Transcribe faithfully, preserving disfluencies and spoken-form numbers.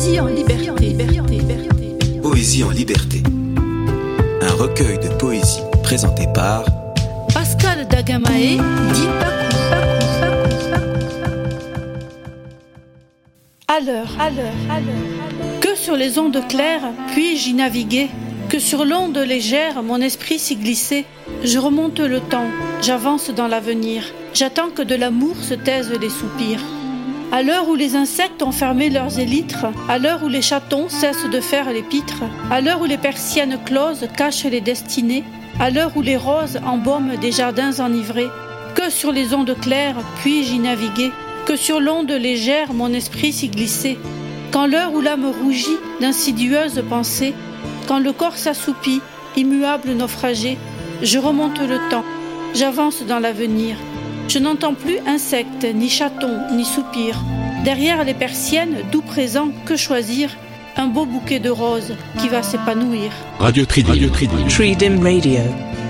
Poésie en liberté. Poésie en liberté. Un recueil de poésie présenté par Pascal Dagamae, dit Pacou. À l'heure, à l'heure, à l'heure. Que sur les ondes claires puis-je y naviguer? Que sur l'onde légère mon esprit s'y glisser? Je remonte le temps, j'avance dans l'avenir. J'attends que de l'amour se taisent les soupirs. À l'heure où les insectes ont fermé leurs élytres, à l'heure où les chatons cessent de faire les pitres, à l'heure où les persiennes closes cachent les destinées, à l'heure où les roses embaument des jardins enivrés, que sur les ondes claires puis-je y naviguer? Que sur l'onde légère mon esprit s'y glisser? Quand l'heure où l'âme rougit d'insidieuses pensées, quand le corps s'assoupit, immuable naufragé, je remonte le temps, j'avance dans l'avenir. Je n'entends plus insectes, ni chatons, ni soupirs. Derrière les persiennes, doux présent, que choisir? Un beau bouquet de roses qui va s'épanouir. Radio Tridim. Radio Tridim. Tridim Radio.